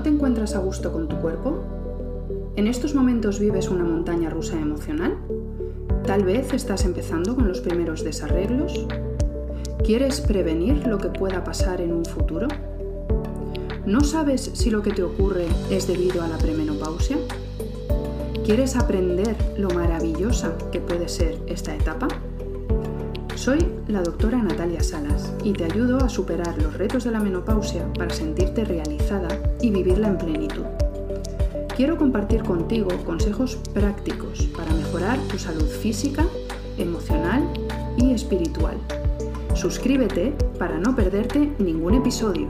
te encuentras a gusto con tu cuerpo? ¿En estos momentos vives una montaña rusa emocional? ¿Tal vez estás empezando con los primeros desarreglos? ¿Quieres prevenir lo que pueda pasar en un futuro? ¿No sabes si lo que te ocurre es debido a la premenopausia? ¿Quieres aprender lo maravillosa que puede ser esta etapa? Soy la doctora Natalia Salas y te ayudo a superar los retos de la menopausia para sentirte realizada y vivirla en plenitud. Quiero compartir contigo consejos prácticos para mejorar tu salud física, emocional y espiritual. Suscríbete para no perderte ningún episodio.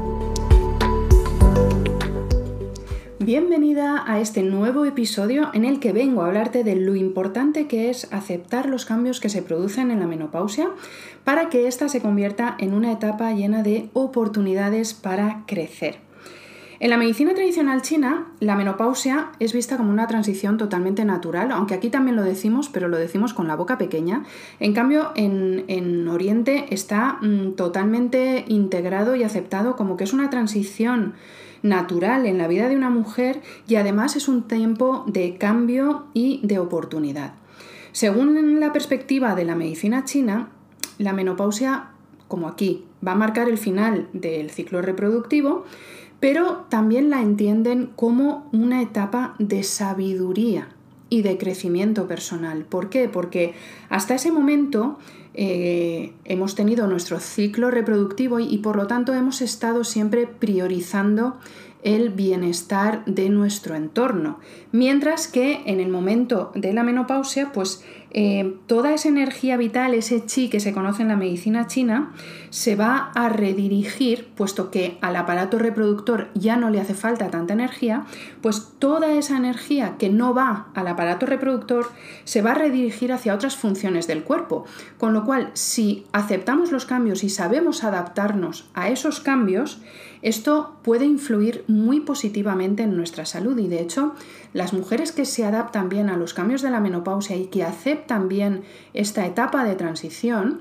Bienvenida a este nuevo episodio en el que vengo a hablarte de lo importante que es aceptar los cambios que se producen en la menopausia para que ésta se convierta en una etapa llena de oportunidades para crecer. En la medicina tradicional china, la menopausia es vista como una transición totalmente natural, aunque aquí también lo decimos, pero lo decimos con la boca pequeña. En cambio, en Oriente está totalmente integrado y aceptado como que es una transición natural en la vida de una mujer y además es un tiempo de cambio y de oportunidad. Según la perspectiva de la medicina china, la menopausia, como aquí, va a marcar el final del ciclo reproductivo, pero también la entienden como una etapa de sabiduría y de crecimiento personal. ¿Por qué? Porque hasta ese momento hemos tenido nuestro ciclo reproductivo y por lo tanto hemos estado siempre priorizando el bienestar de nuestro entorno. Mientras que en el momento de la menopausia, pues toda esa energía vital, ese chi que se conoce en la medicina china, se va a redirigir, puesto que al aparato reproductor ya no le hace falta tanta energía, pues toda esa energía que no va al aparato reproductor se va a redirigir hacia otras funciones del cuerpo. Con lo cual, si aceptamos los cambios y sabemos adaptarnos a esos cambios, esto puede influir muy positivamente en nuestra salud y de hecho las mujeres que se adaptan bien a los cambios de la menopausia y que aceptan bien esta etapa de transición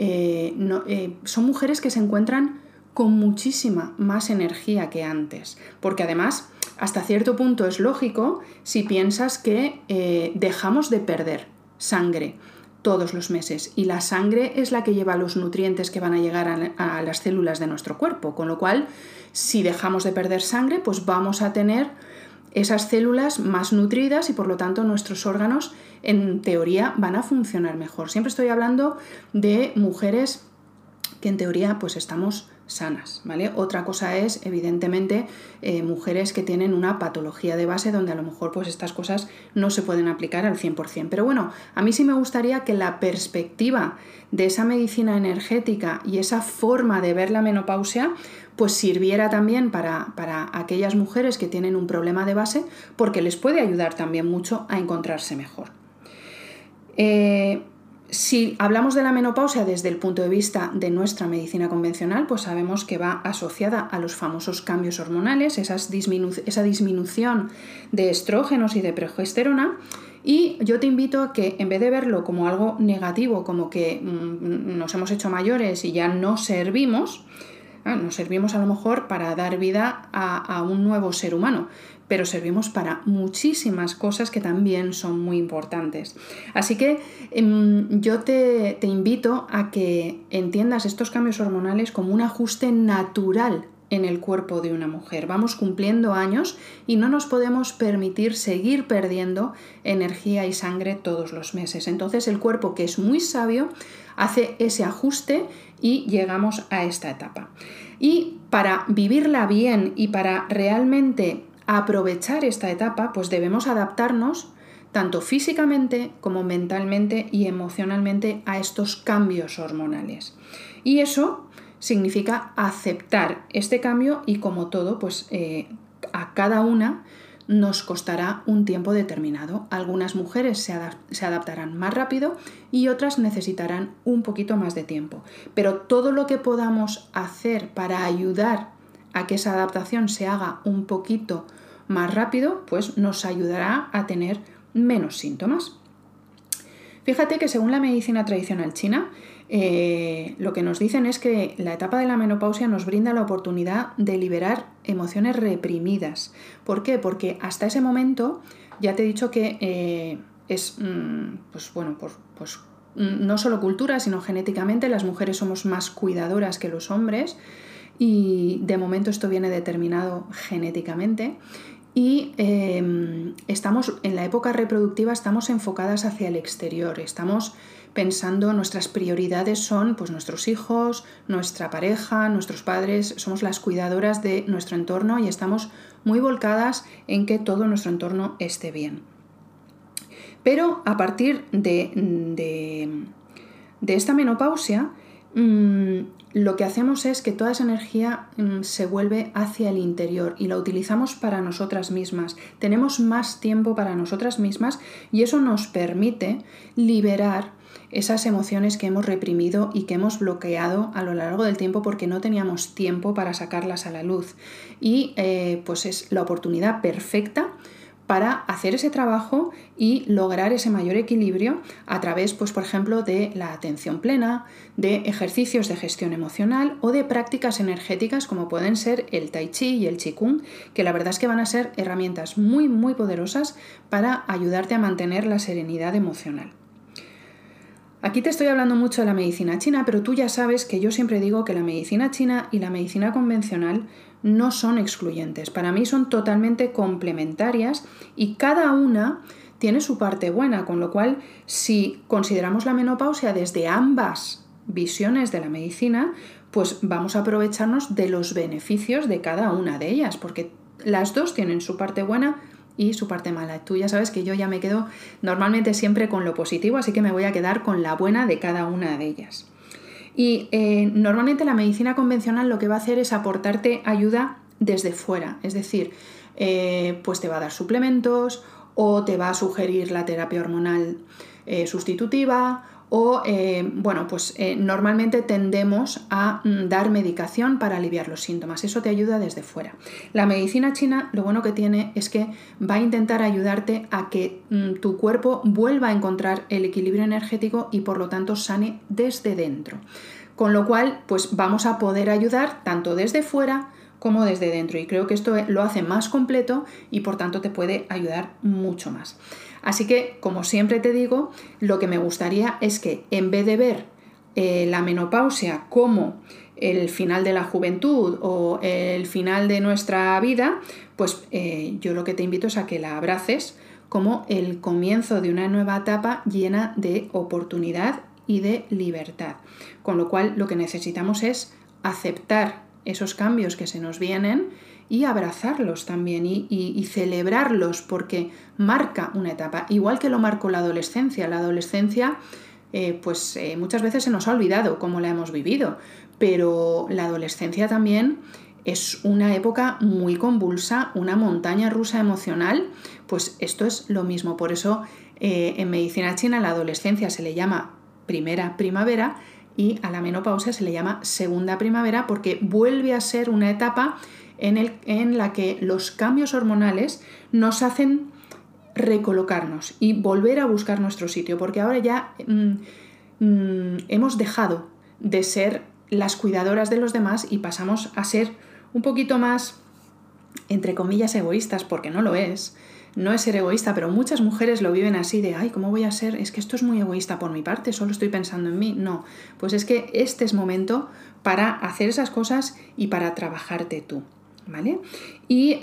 son mujeres que se encuentran con muchísima más energía que antes, porque además hasta cierto punto es lógico si piensas que dejamos de perder sangre todos los meses y la sangre es la que lleva los nutrientes que van a llegar a las células de nuestro cuerpo, con lo cual si dejamos de perder sangre pues vamos a tener esas células más nutridas y por lo tanto nuestros órganos en teoría van a funcionar mejor. Siempre estoy hablando de mujeres que en teoría pues estamos sanas, ¿vale? Otra cosa es, evidentemente, mujeres que tienen una patología de base donde a lo mejor pues estas cosas no se pueden aplicar al 100%. Pero bueno, a mí sí me gustaría que la perspectiva de esa medicina energética y esa forma de ver la menopausia pues sirviera también para aquellas mujeres que tienen un problema de base porque les puede ayudar también mucho a encontrarse mejor. Si hablamos de la menopausia desde el punto de vista de nuestra medicina convencional, pues sabemos que va asociada a los famosos cambios hormonales, esa disminución de estrógenos y de progesterona, y yo te invito a que en vez de verlo como algo negativo, como que nos hemos hecho mayores y ya no servimos, nos servimos a lo mejor para dar vida a un nuevo ser humano, pero servimos para muchísimas cosas que también son muy importantes. Así que yo te invito a que entiendas estos cambios hormonales como un ajuste natural en el cuerpo de una mujer. Vamos cumpliendo años y no nos podemos permitir seguir perdiendo energía y sangre todos los meses. Entonces el cuerpo, que es muy sabio, hace ese ajuste y llegamos a esta etapa. Y para vivirla bien y para realmente aprovechar esta etapa, pues debemos adaptarnos tanto físicamente como mentalmente y emocionalmente a estos cambios hormonales. Y eso significa aceptar este cambio y como todo, pues a cada una nos costará un tiempo determinado. Algunas mujeres se adaptarán más rápido y otras necesitarán un poquito más de tiempo. Pero todo lo que podamos hacer para ayudar a que esa adaptación se haga un poquito más rápido, pues nos ayudará a tener menos síntomas. Fíjate que según la medicina tradicional china, lo que nos dicen es que la etapa de la menopausia nos brinda la oportunidad de liberar emociones reprimidas. ¿Por qué? Porque hasta ese momento ya te he dicho que no solo cultura, sino genéticamente las mujeres somos más cuidadoras que los hombres y de momento esto viene determinado genéticamente. Y estamos en la época reproductiva, estamos enfocadas hacia el exterior, estamos pensando, nuestras prioridades son pues nuestros hijos, nuestra pareja, nuestros padres, somos las cuidadoras de nuestro entorno y estamos muy volcadas en que todo nuestro entorno esté bien. Pero a partir de esta menopausia, lo que hacemos es que toda esa energía se vuelve hacia el interior y la utilizamos para nosotras mismas. Tenemos más tiempo para nosotras mismas y eso nos permite liberar esas emociones que hemos reprimido y que hemos bloqueado a lo largo del tiempo porque no teníamos tiempo para sacarlas a la luz. Y pues es la oportunidad perfecta para hacer ese trabajo y lograr ese mayor equilibrio a través, pues, por ejemplo, de la atención plena, de ejercicios de gestión emocional o de prácticas energéticas como pueden ser el Tai Chi y el Qigong, que la verdad es que van a ser herramientas muy, muy poderosas para ayudarte a mantener la serenidad emocional. Aquí te estoy hablando mucho de la medicina china, pero tú ya sabes que yo siempre digo que la medicina china y la medicina convencional no son excluyentes. Para mí son totalmente complementarias y cada una tiene su parte buena, con lo cual si consideramos la menopausia desde ambas visiones de la medicina, pues vamos a aprovecharnos de los beneficios de cada una de ellas, porque las dos tienen su parte buena y su parte mala. Tú ya sabes que yo ya me quedo normalmente siempre con lo positivo, así que me voy a quedar con la buena de cada una de ellas. Y normalmente la medicina convencional lo que va a hacer es aportarte ayuda desde fuera, es decir, pues te va a dar suplementos o te va a sugerir la terapia hormonal sustitutiva o, normalmente tendemos a dar medicación para aliviar los síntomas. Eso te ayuda desde fuera. La medicina china lo bueno que tiene es que va a intentar ayudarte a que tu cuerpo vuelva a encontrar el equilibrio energético y por lo tanto sane desde dentro. Con lo cual, pues vamos a poder ayudar tanto desde fuera como desde dentro. Y creo que esto lo hace más completo y por tanto te puede ayudar mucho más. Así que, como siempre te digo, lo que me gustaría es que en vez de ver la menopausia como el final de la juventud o el final de nuestra vida, pues yo lo que te invito es a que la abraces como el comienzo de una nueva etapa llena de oportunidad y de libertad. Con lo cual, lo que necesitamos es aceptar esos cambios que se nos vienen y abrazarlos también y celebrarlos porque marca una etapa, igual que lo marcó la adolescencia. La adolescencia muchas veces se nos ha olvidado cómo la hemos vivido, pero la adolescencia también es una época muy convulsa, una montaña rusa emocional, pues esto es lo mismo. Por eso en medicina china la adolescencia se le llama primera primavera y a la menopausia se le llama segunda primavera porque vuelve a ser una etapa en la que los cambios hormonales nos hacen recolocarnos y volver a buscar nuestro sitio, porque ahora ya hemos dejado de ser las cuidadoras de los demás y pasamos a ser un poquito más, entre comillas, egoístas, porque no lo es. No es ser egoísta, pero muchas mujeres lo viven así de ay, ¿cómo voy a ser? Es que esto es muy egoísta por mi parte, solo estoy pensando en mí. No, pues es que este es momento para hacer esas cosas y para trabajarte tú, ¿vale? Y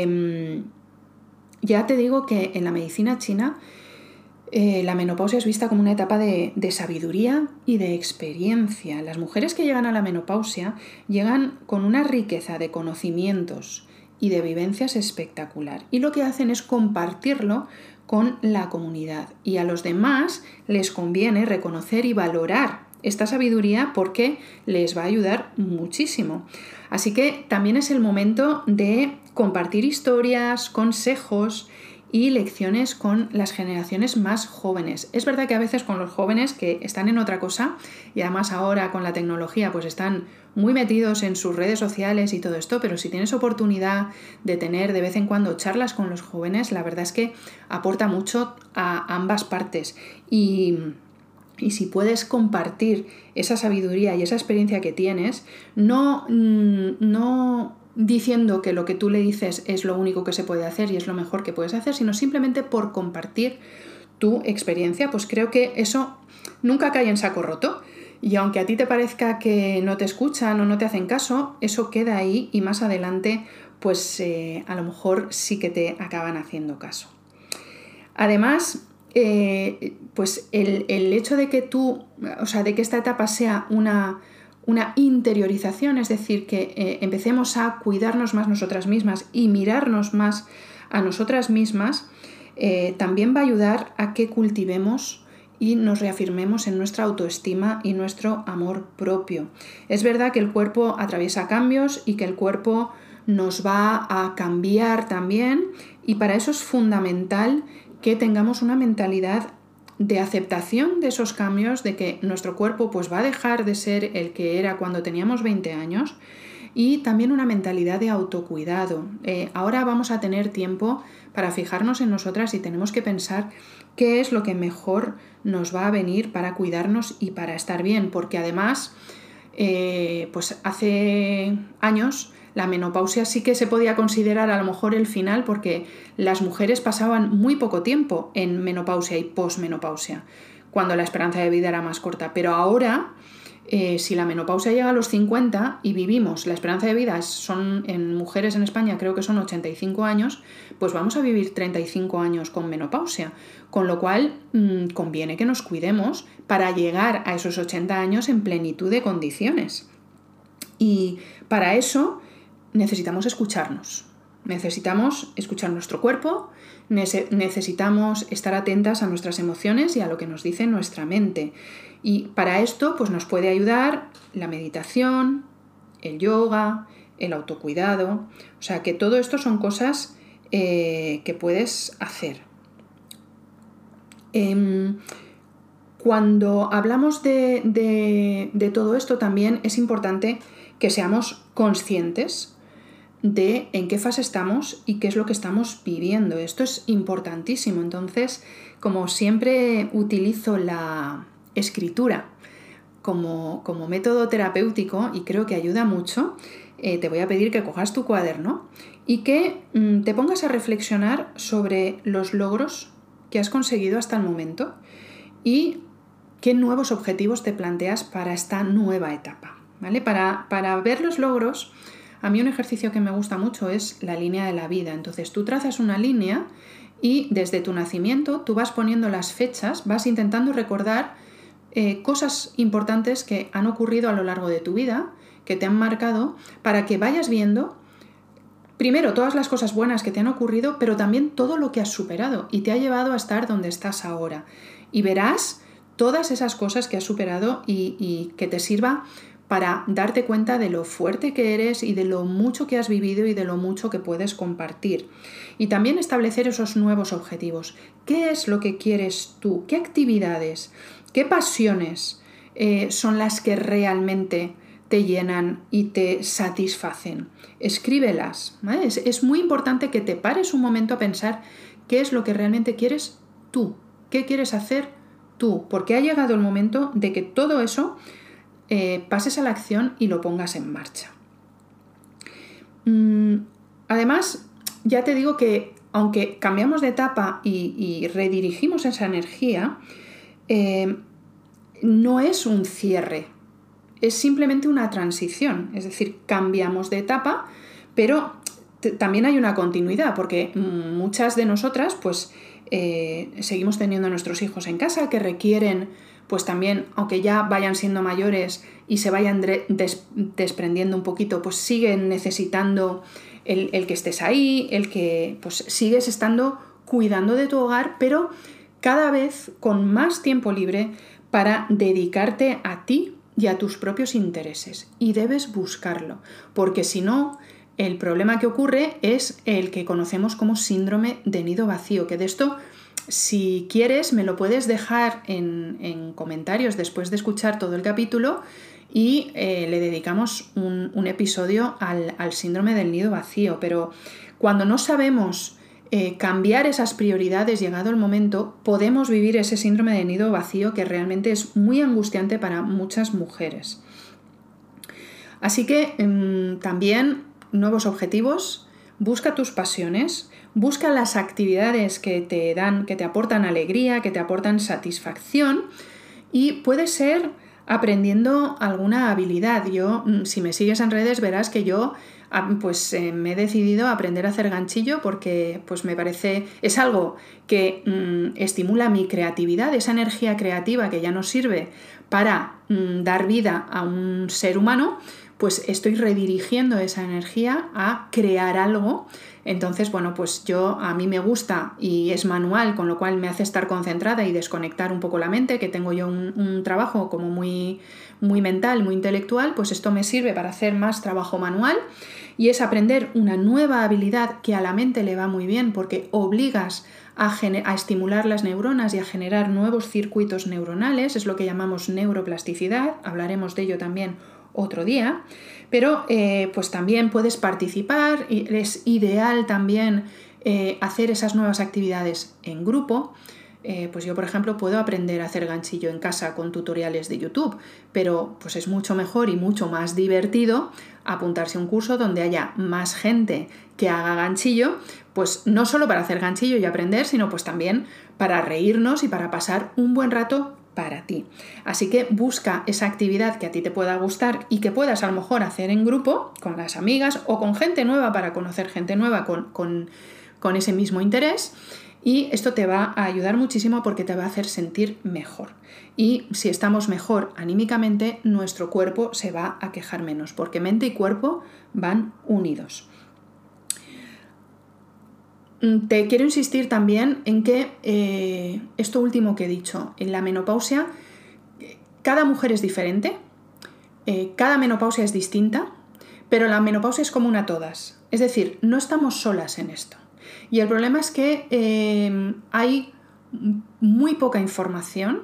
ya te digo que en la medicina china la menopausia es vista como una etapa de sabiduría y de experiencia. Las mujeres que llegan a la menopausia llegan con una riqueza de conocimientos y de vivencias espectacular. Y lo que hacen es compartirlo con la comunidad. Y a los demás les conviene reconocer y valorar esta sabiduría porque les va a ayudar muchísimo. Así que también es el momento de compartir historias, consejos y lecciones con las generaciones más jóvenes. Es verdad que a veces con los jóvenes que están en otra cosa y además ahora con la tecnología pues están muy metidos en sus redes sociales y todo esto, pero si tienes oportunidad de tener de vez en cuando charlas con los jóvenes, la verdad es que aporta mucho a ambas partes y Y si puedes compartir esa sabiduría y esa experiencia que tienes, no diciendo que lo que tú le dices es lo único que se puede hacer y es lo mejor que puedes hacer, sino simplemente por compartir tu experiencia, pues creo que eso nunca cae en saco roto. Y aunque a ti te parezca que no te escuchan o no te hacen caso, eso queda ahí y más adelante pues a lo mejor sí que te acaban haciendo caso. Además, pues el hecho de que de que esta etapa sea una interiorización, es decir, que empecemos a cuidarnos más nosotras mismas y mirarnos más a nosotras mismas, también va a ayudar a que cultivemos y nos reafirmemos en nuestra autoestima y nuestro amor propio. Es verdad que el cuerpo atraviesa cambios y que el cuerpo nos va a cambiar también, y para eso es fundamental que tengamos una mentalidad de aceptación de esos cambios, de que nuestro cuerpo pues va a dejar de ser el que era cuando teníamos 20 años, y también una mentalidad de autocuidado. Ahora vamos a tener tiempo para fijarnos en nosotras y tenemos que pensar qué es lo que mejor nos va a venir para cuidarnos y para estar bien, porque además pues hace años la menopausia sí que se podía considerar a lo mejor el final, porque las mujeres pasaban muy poco tiempo en menopausia y posmenopausia, cuando la esperanza de vida era más corta. Pero ahora, si la menopausia llega a los 50 y vivimos, la esperanza de vida son en mujeres en España creo que son 85 años, pues vamos a vivir 35 años con menopausia, con lo cual conviene que nos cuidemos para llegar a esos 80 años en plenitud de condiciones. Y para eso necesitamos escucharnos, necesitamos escuchar nuestro cuerpo, necesitamos estar atentas a nuestras emociones y a lo que nos dice nuestra mente. Y para esto pues nos puede ayudar la meditación, el yoga, el autocuidado. O sea que todo esto son cosas que puedes hacer. Cuando hablamos de todo esto también es importante que seamos conscientes de en qué fase estamos y qué es lo que estamos viviendo. Esto es importantísimo. Entonces, como siempre utilizo la escritura como método terapéutico y creo que ayuda mucho, te voy a pedir que cojas tu cuaderno y que te pongas a reflexionar sobre los logros que has conseguido hasta el momento y qué nuevos objetivos te planteas para esta nueva etapa, ¿vale? Para ver los logros, a mí un ejercicio que me gusta mucho es la línea de la vida. Entonces tú trazas una línea y desde tu nacimiento tú vas poniendo las fechas, vas intentando recordar cosas importantes que han ocurrido a lo largo de tu vida, que te han marcado, para que vayas viendo primero todas las cosas buenas que te han ocurrido, pero también todo lo que has superado y te ha llevado a estar donde estás ahora. Y verás todas esas cosas que has superado y que te sirva para darte cuenta de lo fuerte que eres y de lo mucho que has vivido y de lo mucho que puedes compartir. Y también establecer esos nuevos objetivos. ¿Qué es lo que quieres tú? ¿Qué actividades? ¿Qué pasiones son las que realmente te llenan y te satisfacen? Escríbelas, ¿vale? Es muy importante que te pares un momento a pensar qué es lo que realmente quieres tú. ¿Qué quieres hacer tú? Porque ha llegado el momento de que todo eso pases a la acción y lo pongas en marcha. Además, ya te digo que aunque cambiamos de etapa y redirigimos esa energía, no es un cierre, es simplemente una transición. Es decir, cambiamos de etapa, pero también hay una continuidad, porque muchas de nosotras pues seguimos teniendo a nuestros hijos en casa que requieren pues también, aunque ya vayan siendo mayores y se vayan desprendiendo un poquito, pues siguen necesitando el que estés ahí, el que pues sigues estando cuidando de tu hogar, pero cada vez con más tiempo libre para dedicarte a ti y a tus propios intereses. Y debes buscarlo, porque si no, el problema que ocurre es el que conocemos como síndrome de nido vacío, que de esto, si quieres, me lo puedes dejar en comentarios después de escuchar todo el capítulo y le dedicamos un episodio al síndrome del nido vacío. Pero cuando no sabemos cambiar esas prioridades llegado el momento, podemos vivir ese síndrome de nido vacío que realmente es muy angustiante para muchas mujeres. Así que también nuevos objetivos, busca tus pasiones, busca las actividades que te aportan alegría, que te aportan satisfacción, y puede ser aprendiendo alguna habilidad. Yo, si me sigues en redes, verás que yo me he decidido a aprender a hacer ganchillo porque pues me parece, es algo que estimula mi creatividad, esa energía creativa que ya nos sirve para dar vida a un ser humano, pues estoy redirigiendo esa energía a crear algo. Entonces, bueno, pues a mí me gusta y es manual, con lo cual me hace estar concentrada y desconectar un poco la mente, que tengo yo un trabajo como muy, muy mental, muy intelectual, pues esto me sirve para hacer más trabajo manual, y es aprender una nueva habilidad que a la mente le va muy bien porque obligas a estimular las neuronas y a generar nuevos circuitos neuronales, es lo que llamamos neuroplasticidad, hablaremos de ello también otro día, pero pues también puedes participar, y es ideal también hacer esas nuevas actividades en grupo. Pues yo, por ejemplo, puedo aprender a hacer ganchillo en casa con tutoriales de YouTube, pero pues es mucho mejor y mucho más divertido apuntarse a un curso donde haya más gente que haga ganchillo, pues no solo para hacer ganchillo y aprender, sino pues también para reírnos y para pasar un buen rato para ti. Así que busca esa actividad que a ti te pueda gustar y que puedas a lo mejor hacer en grupo con las amigas o con gente nueva, para conocer gente nueva con ese mismo interés, y esto te va a ayudar muchísimo porque te va a hacer sentir mejor. Y si estamos mejor anímicamente, nuestro cuerpo se va a quejar menos, porque mente y cuerpo van unidos. Te quiero insistir también en que esto último que he dicho, en la menopausia, cada mujer es diferente, cada menopausia es distinta, pero la menopausia es común a todas. Es decir, no estamos solas en esto. Y el problema es que hay muy poca información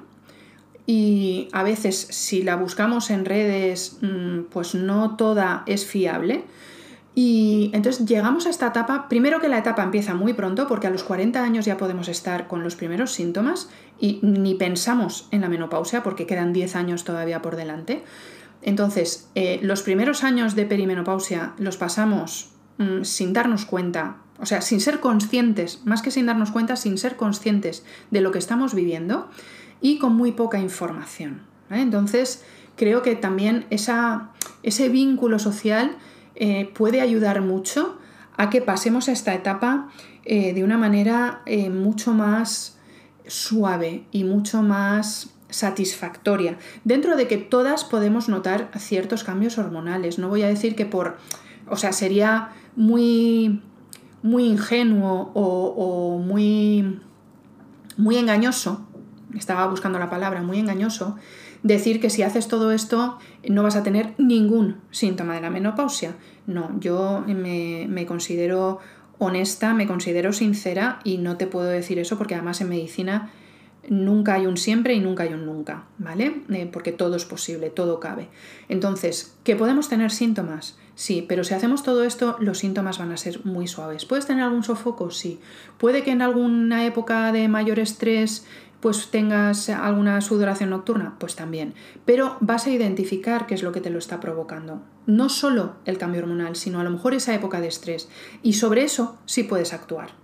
y a veces si la buscamos en redes, pues no toda es fiable. Y entonces llegamos a esta etapa, primero que la etapa empieza muy pronto, porque a los 40 años ya podemos estar con los primeros síntomas y ni pensamos en la menopausia porque quedan 10 años todavía por delante. Entonces, los primeros años de perimenopausia los pasamos sin darnos cuenta, o sea, sin ser conscientes, más que sin darnos cuenta, sin ser conscientes de lo que estamos viviendo y con muy poca información, ¿vale? Entonces, creo que también ese vínculo social puede ayudar mucho a que pasemos a esta etapa de una manera mucho más suave y mucho más satisfactoria, dentro de que todas podemos notar ciertos cambios hormonales. No voy a decir que sería muy, muy ingenuo o muy, muy engañoso, estaba buscando la palabra, muy engañoso, decir que si haces todo esto no vas a tener ningún síntoma de la menopausia. No, yo me considero honesta, me considero sincera y no te puedo decir eso porque además en medicina nunca hay un siempre y nunca hay un nunca, ¿vale? Porque todo es posible, todo cabe. Entonces, ¿que podemos tener síntomas? Sí, pero si hacemos todo esto, los síntomas van a ser muy suaves. ¿Puedes tener algún sofoco? Sí. ¿Puede que en alguna época de mayor estrés pues tengas alguna sudoración nocturna? Pues también. Pero vas a identificar qué es lo que te lo está provocando. No solo el cambio hormonal, sino a lo mejor esa época de estrés. Y sobre eso sí puedes actuar.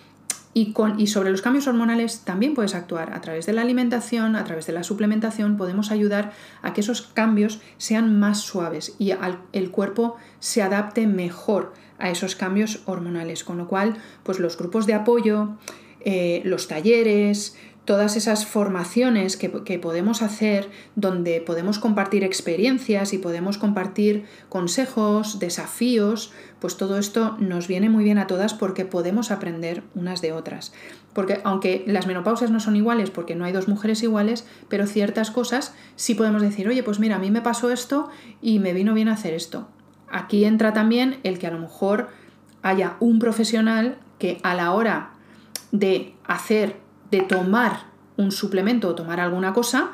Y sobre los cambios hormonales también puedes actuar a través de la alimentación, a través de la suplementación. Podemos ayudar a que esos cambios sean más suaves y el cuerpo se adapte mejor a esos cambios hormonales. Con lo cual, pues los grupos de apoyo, los talleres, todas esas formaciones que podemos hacer, donde podemos compartir experiencias y podemos compartir consejos, desafíos, pues todo esto nos viene muy bien a todas porque podemos aprender unas de otras. Porque aunque las menopausias no son iguales porque no hay dos mujeres iguales, pero ciertas cosas sí podemos decir, oye, pues mira, a mí me pasó esto y me vino bien hacer esto. Aquí entra también el que a lo mejor haya un profesional que a la hora de tomar un suplemento o tomar alguna cosa,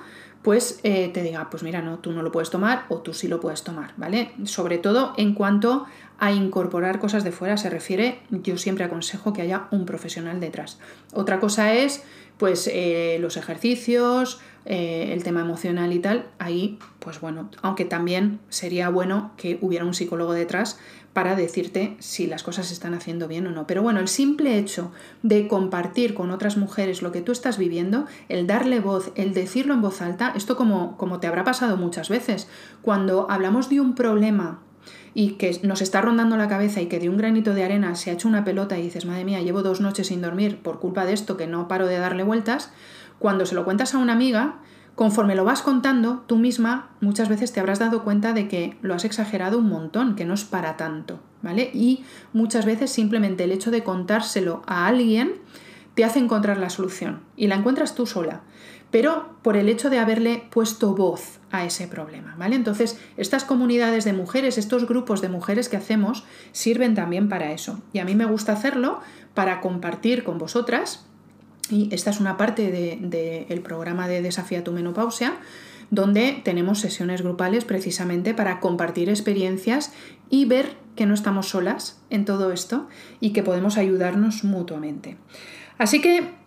pues te diga, pues mira, no, tú no lo puedes tomar o tú sí lo puedes tomar, ¿vale? Sobre todo en cuanto a incorporar cosas de fuera se refiere, yo siempre aconsejo que haya un profesional detrás. Otra cosa es, pues, los ejercicios, el tema emocional y tal, ahí, pues bueno, aunque también sería bueno que hubiera un psicólogo detrás para decirte si las cosas se están haciendo bien o no. Pero bueno, el simple hecho de compartir con otras mujeres lo que tú estás viviendo, el darle voz, el decirlo en voz alta, esto como te habrá pasado muchas veces, cuando hablamos de un problema y que nos está rondando la cabeza y que de un granito de arena se ha hecho una pelota y dices, madre mía, llevo 2 noches sin dormir por culpa de esto que no paro de darle vueltas, cuando se lo cuentas a una amiga, conforme lo vas contando, tú misma muchas veces te habrás dado cuenta de que lo has exagerado un montón, que no es para tanto, ¿vale? Y muchas veces simplemente el hecho de contárselo a alguien te hace encontrar la solución y la encuentras tú sola, pero por el hecho de haberle puesto voz a ese problema, ¿vale? Entonces, estas comunidades de mujeres, estos grupos de mujeres que hacemos, sirven también para eso. Y a mí me gusta hacerlo para compartir con vosotras. Y esta es una parte del programa de Desafía tu Menopausia, donde tenemos sesiones grupales precisamente para compartir experiencias y ver que no estamos solas en todo esto y que podemos ayudarnos mutuamente. Así que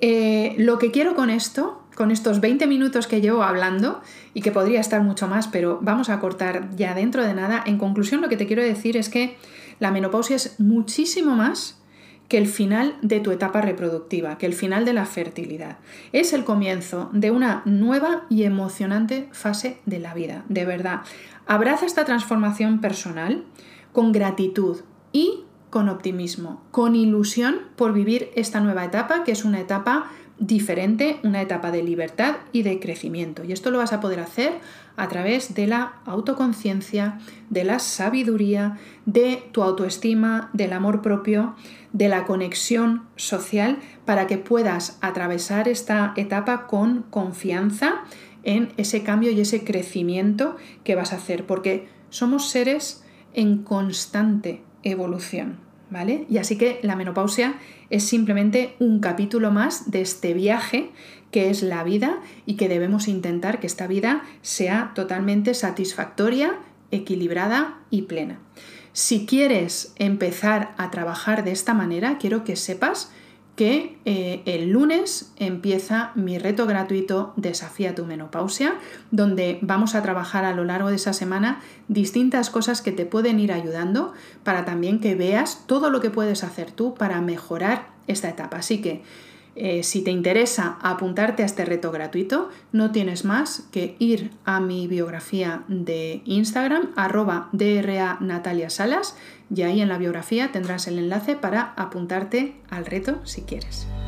lo que quiero con esto, con estos 20 minutos que llevo hablando, y que podría estar mucho más, pero vamos a cortar ya dentro de nada, en conclusión lo que te quiero decir es que la menopausia es muchísimo más que el final de tu etapa reproductiva, que el final de la fertilidad. Es el comienzo de una nueva y emocionante fase de la vida, de verdad. Abraza esta transformación personal con gratitud y con optimismo, con ilusión por vivir esta nueva etapa, que es una etapa diferente, una etapa de libertad y de crecimiento. Y esto lo vas a poder hacer a través de la autoconciencia, de la sabiduría, de tu autoestima, del amor propio, de la conexión social, para que puedas atravesar esta etapa con confianza en ese cambio y ese crecimiento que vas a hacer, porque somos seres en constante evolución, ¿vale? Y así que la menopausia es simplemente un capítulo más de este viaje que es la vida y que debemos intentar que esta vida sea totalmente satisfactoria, equilibrada y plena. Si quieres empezar a trabajar de esta manera, quiero que sepas que el lunes empieza mi reto gratuito Desafía tu Menopausia, donde vamos a trabajar a lo largo de esa semana distintas cosas que te pueden ir ayudando para también que veas todo lo que puedes hacer tú para mejorar esta etapa. Así que si te interesa apuntarte a este reto gratuito, no tienes más que ir a mi biografía de Instagram, @DRA_Natalia Salas, y ahí en la biografía tendrás el enlace para apuntarte al reto si quieres.